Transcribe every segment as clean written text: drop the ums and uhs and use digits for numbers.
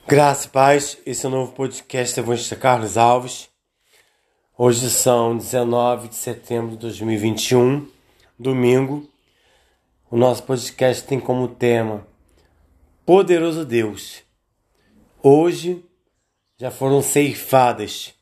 Graça e paz, esse é o novo podcast do Evangelista Carlos Alves. Hoje são 19 de setembro de 2021, domingo. O nosso podcast tem como tema Poderoso Deus. Hoje já foram ceifadas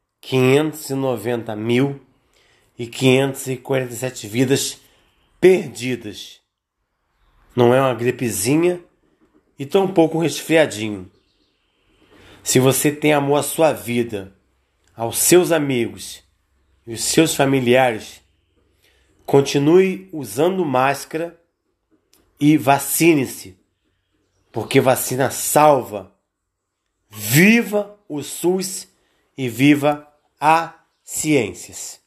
590.547 vidas perdidas. Não é uma gripezinha e tampouco um resfriadinho. Se você tem amor à sua vida, aos seus amigos e os seus familiares, continue usando máscara e vacine-se, porque vacina salva. Viva o SUS e viva a ciências.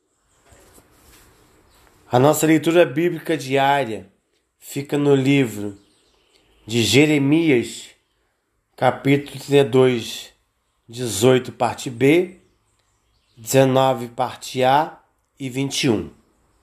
A nossa leitura bíblica diária fica no livro de Jeremias, capítulo 32, 18, parte B, 19, parte A e 21.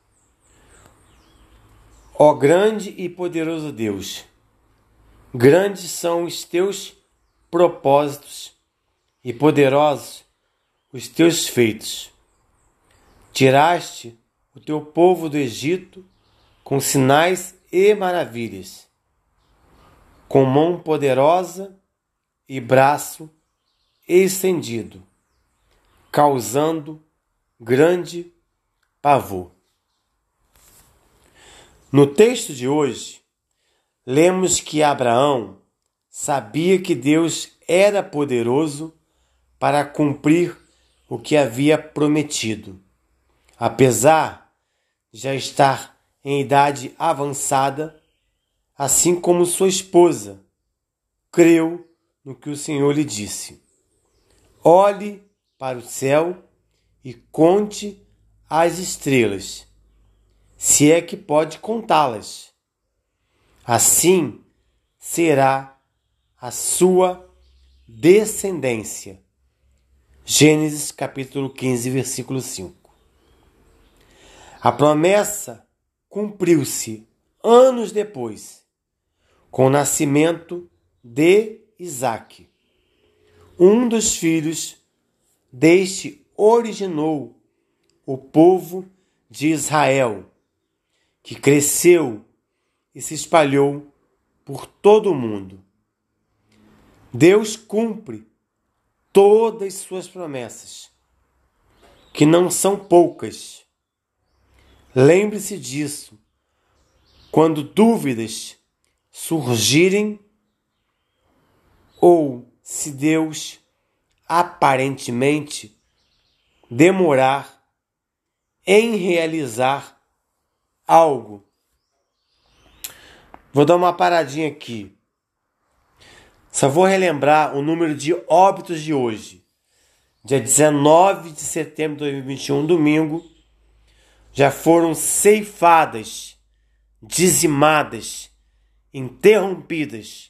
Ó grande e poderoso Deus, grandes são os teus propósitos e poderosos os teus feitos. Tiraste o teu povo do Egito com sinais e maravilhas, com mão poderosa e braço estendido, causando grande pavor. No texto de hoje, lemos que Abraão sabia que Deus era poderoso para cumprir o que havia prometido. Apesar de já estar em idade avançada, assim como sua esposa, creu no que o Senhor lhe disse. Olhe para o céu e conte as estrelas, se é que pode contá-las. Assim será a sua descendência. Gênesis capítulo 15, versículo 5. A promessa cumpriu-se anos depois, com o nascimento de Isaque. Um dos filhos deste originou o povo de Israel, que cresceu e se espalhou por todo o mundo. Deus cumpre todas suas promessas, que não são poucas. Lembre-se disso quando dúvidas surgirem ou se Deus aparentemente demorar em realizar algo. Vou dar uma paradinha aqui. Só vou relembrar o número de óbitos de hoje. Dia 19 de setembro de 2021, domingo, já foram ceifadas, dizimadas, interrompidas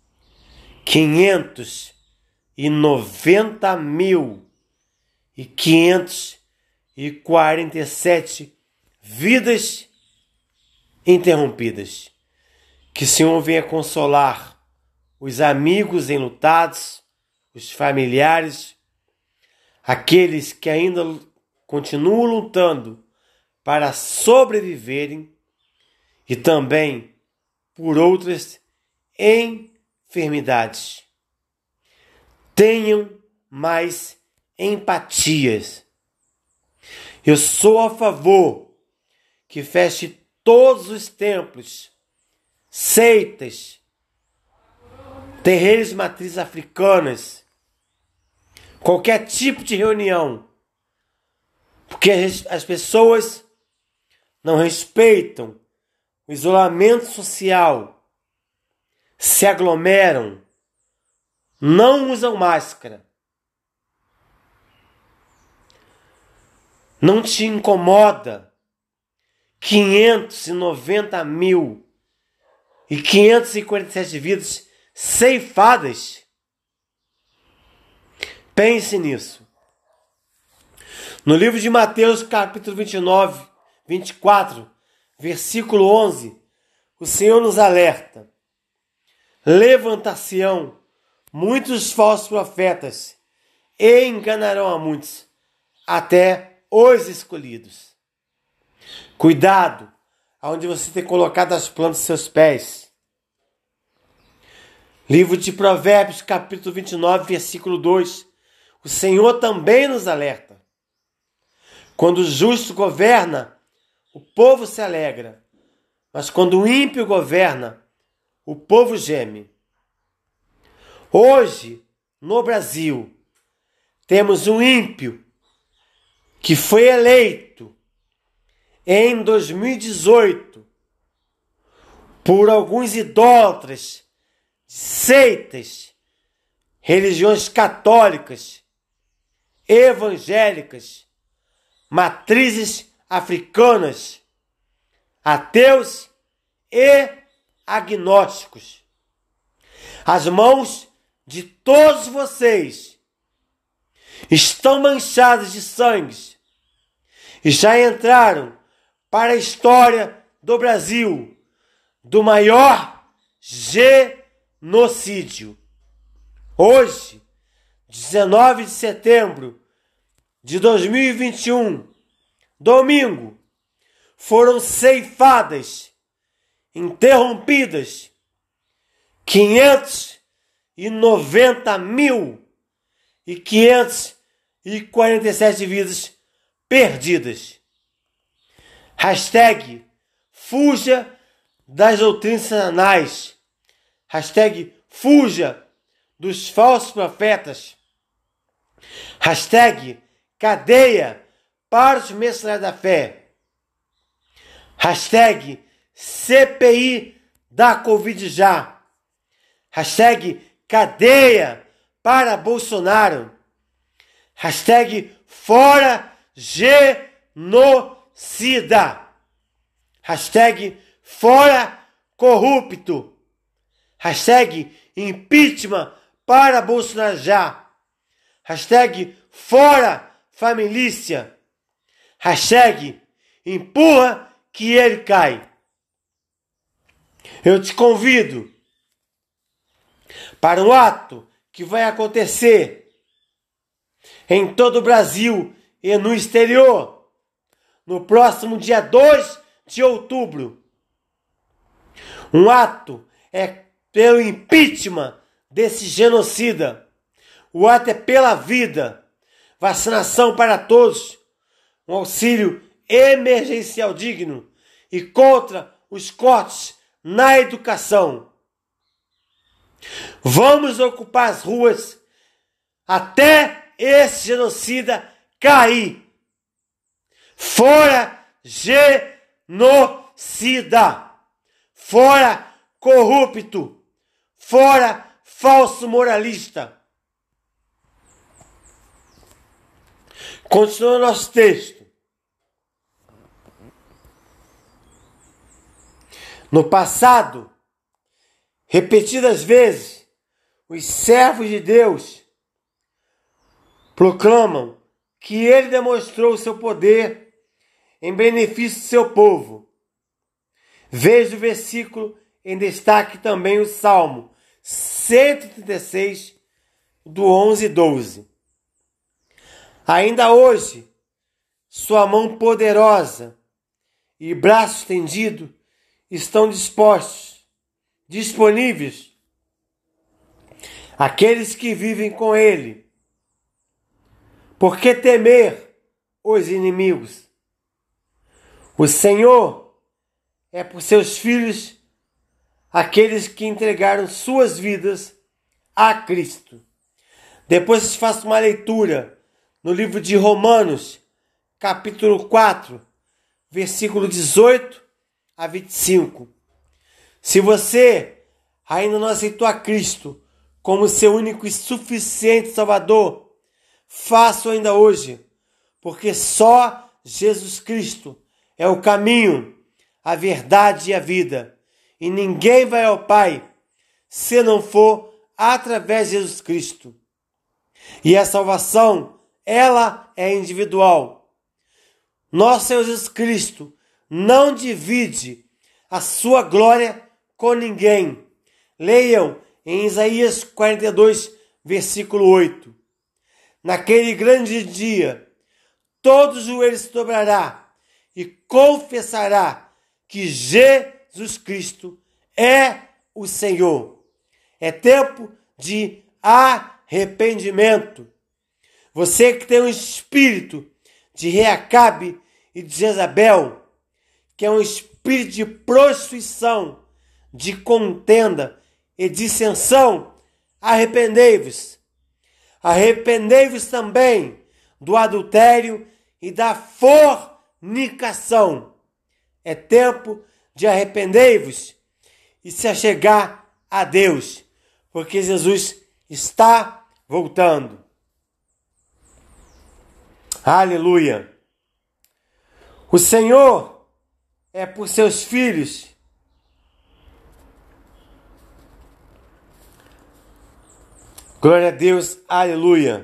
590.547 vidas interrompidas. Que o Senhor venha consolar os amigos enlutados, os familiares, aqueles que ainda continuam lutando para sobreviverem e também por outras enfermidades. Tenham mais empatias. Eu sou a favor que feche todos os templos, seitas, terreiros de matrizes africanas, qualquer tipo de reunião, porque as pessoas não respeitam o isolamento social, se aglomeram, não usam máscara. Não te incomoda 590.547 vidas ceifadas? Pense nisso. No livro de Mateus, capítulo 29, 24, versículo 11, o Senhor nos alerta: levantar-se-ão muitos falsos profetas e enganarão a muitos, até os escolhidos. Cuidado aonde você tem colocado as plantas dos seus pés. Livro de Provérbios, capítulo 29, versículo 2. O Senhor também nos alerta. Quando o justo governa, o povo se alegra. Mas quando o ímpio governa, o povo geme. Hoje, no Brasil, temos um ímpio que foi eleito em 2018 por alguns idólatras, seitas, religiões católicas, evangélicas, matrizes africanas, ateus e agnósticos. As mãos de todos vocês estão manchadas de sangue e já entraram para a história do Brasil do maior genocídio. Hoje, 19 de setembro de 2021, domingo, foram ceifadas, interrompidas, 590.547 vidas perdidas. Hashtag fuja das doutrinas satanás. Hashtag fuja dos falsos profetas. Hashtag cadeia para os mercenários da fé. Hashtag CPI da Covid já. Hashtag cadeia para Bolsonaro. Hashtag fora genocida. Hashtag fora corrupto. Hashtag impeachment para Bolsonaro já. Hashtag fora família. Hashtag empurra que ele cai. Eu te convido para um ato que vai acontecer em todo o Brasil e no exterior, no próximo dia 2 de outubro. Um ato é pelo impeachment desse genocida. O ato é pela vida, vacinação para todos, um auxílio emergencial digno e contra os cortes na educação. Vamos ocupar as ruas até esse genocida cair. Fora genocida. Fora corrupto. Fora falso moralista. Continua nosso texto. No passado, repetidas vezes, os servos de Deus proclamam que ele demonstrou o seu poder em benefício do seu povo. Veja o versículo em destaque também o Salmo 136, do 11 e 12. Ainda hoje, sua mão poderosa e braço estendido estão disponíveis àqueles que vivem com ele. Por que temer os inimigos? O Senhor é por seus filhos, aqueles que entregaram suas vidas a Cristo. Depois se faça uma leitura no livro de Romanos, capítulo 4, versículo 18 a 25. Se você ainda não aceitou a Cristo como seu único e suficiente Salvador, faça-o ainda hoje, porque só Jesus Cristo é o caminho, a verdade e a vida. E ninguém vai ao Pai se não for através de Jesus Cristo. E a salvação, ela é individual. Nosso Senhor Jesus Cristo não divide a sua glória com ninguém. Leiam em Isaías 42, versículo 8. Naquele grande dia, todo joelho se dobrará e confessará que Jesus Cristo é o Senhor. É tempo de arrependimento. Você que tem um espírito de Reacabe e de Jezabel, que é um espírito de prostituição, de contenda e dissensão, arrependei-vos. Arrependei-vos também do adultério e da fornicação. É tempo de arrependei-vos e se achegar a Deus, porque Jesus está voltando. Aleluia! O Senhor é por seus filhos. Glória a Deus, aleluia!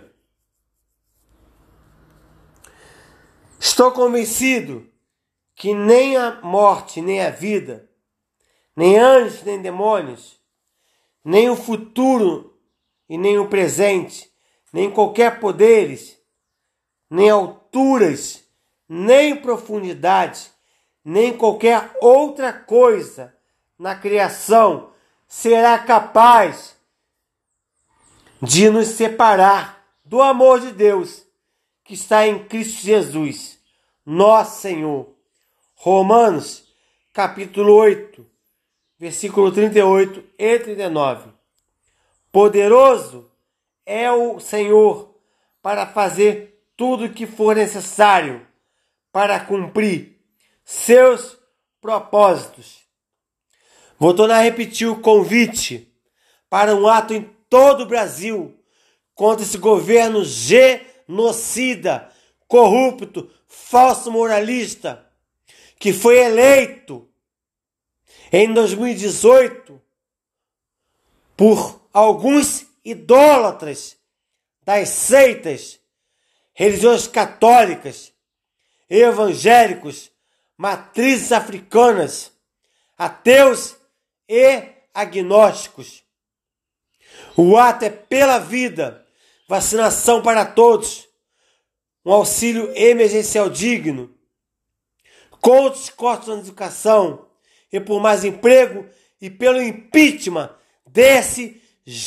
Estou convencido que nem a morte, nem a vida, nem anjos, nem demônios, nem o futuro e nem o presente, nem qualquer poderes, nem alturas, nem profundidade, nem qualquer outra coisa na criação será capaz de nos separar do amor de Deus que está em Cristo Jesus, nosso Senhor. Romanos, capítulo 8, versículo 38 e 39. Poderoso é o Senhor para fazer tudo o que for necessário para cumprir seus propósitos. Vou tornar a repetir o convite para um ato em todo o Brasil contra esse governo genocida, corrupto, falso moralista, que foi eleito em 2018 por alguns idólatras das seitas, religiões católicas, evangélicos, matrizes africanas, ateus e agnósticos. O ato é pela vida, vacinação para todos, um auxílio emergencial digno, contra os cortes na educação e por mais emprego e pelo impeachment desse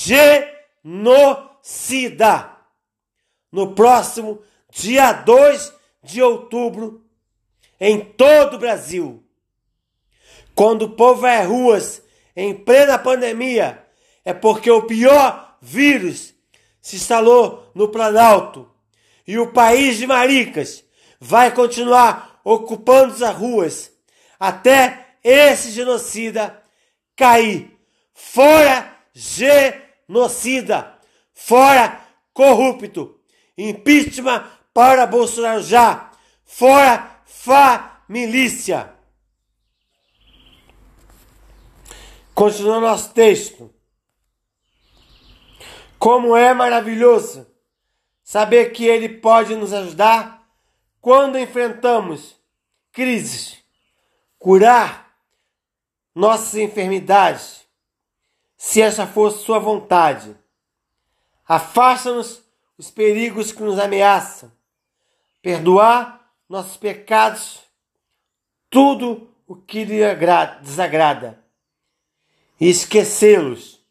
genocida. No próximo dia 2 de outubro, em todo o Brasil. Quando o povo vai às ruas em plena pandemia, é porque o pior vírus se instalou no Planalto. E o país de maricas vai continuar ocupando as ruas até esse genocida cair. Fora genocida! Fora corrupto! Impeachment para Bolsonaro já! Fora família! Continuando nosso texto. Como é maravilhoso saber que Ele pode nos ajudar quando enfrentamos crises, curar nossas enfermidades, se essa for sua vontade. Afasta-nos os perigos que nos ameaçam, perdoar nossos pecados, tudo o que lhe desagrada, e esquecê-los.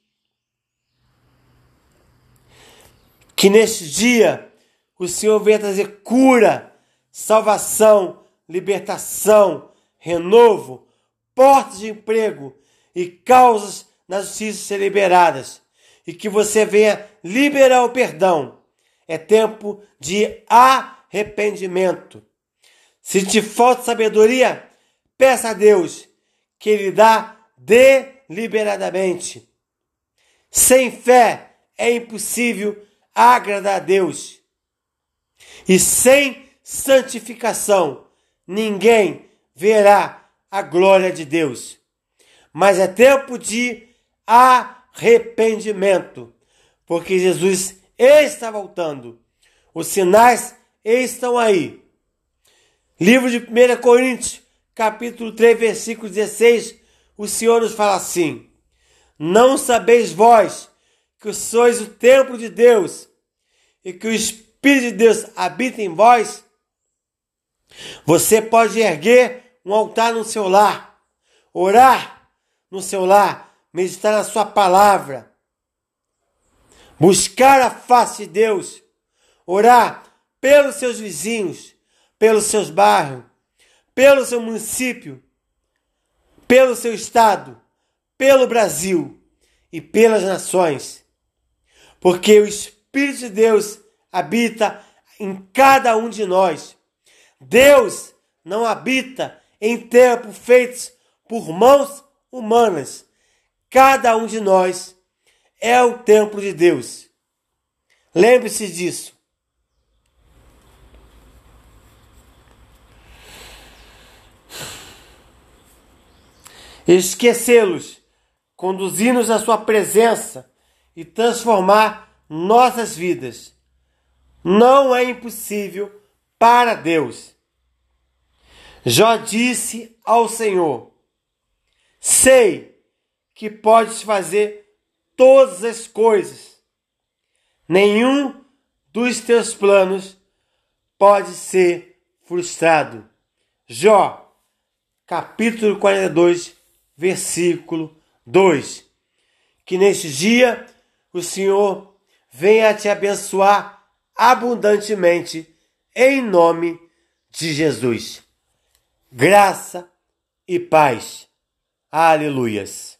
Que neste dia o Senhor venha trazer cura, salvação, libertação, renovo, portas de emprego e causas na justiça ser liberadas. E que você venha liberar o perdão. É tempo de arrependimento. Se te falta sabedoria, peça a Deus que Ele dá deliberadamente. Sem fé é impossível agradar a Deus. E sem santificação, ninguém verá a glória de Deus. Mas é tempo de arrependimento, porque Jesus está voltando. Os sinais estão aí. Livro de 1 Coríntios, capítulo 3, versículo 16, o Senhor nos fala assim: Não sabeis vós que sois o templo de Deus e que o Espírito de Deus habita em vós? Você pode erguer um altar no seu lar, orar no seu lar, meditar na sua palavra, buscar a face de Deus, orar pelos seus vizinhos, pelos seus bairros, pelo seu município, pelo seu estado, pelo Brasil e pelas nações. Porque o Espírito de Deus habita em cada um de nós. Deus não habita em templos feitos por mãos humanas. Cada um de nós é o templo de Deus. Lembre-se disso. Esquecê-los, conduzir-nos à sua presença e transformar nossas vidas. Não é impossível para Deus. Jó disse ao Senhor: sei que podes fazer todas as coisas. Nenhum dos teus planos pode ser frustrado. Jó, capítulo 42, versículo 2. Que neste dia o Senhor venha te abençoar abundantemente, em nome de Jesus. Graça e paz. Aleluias.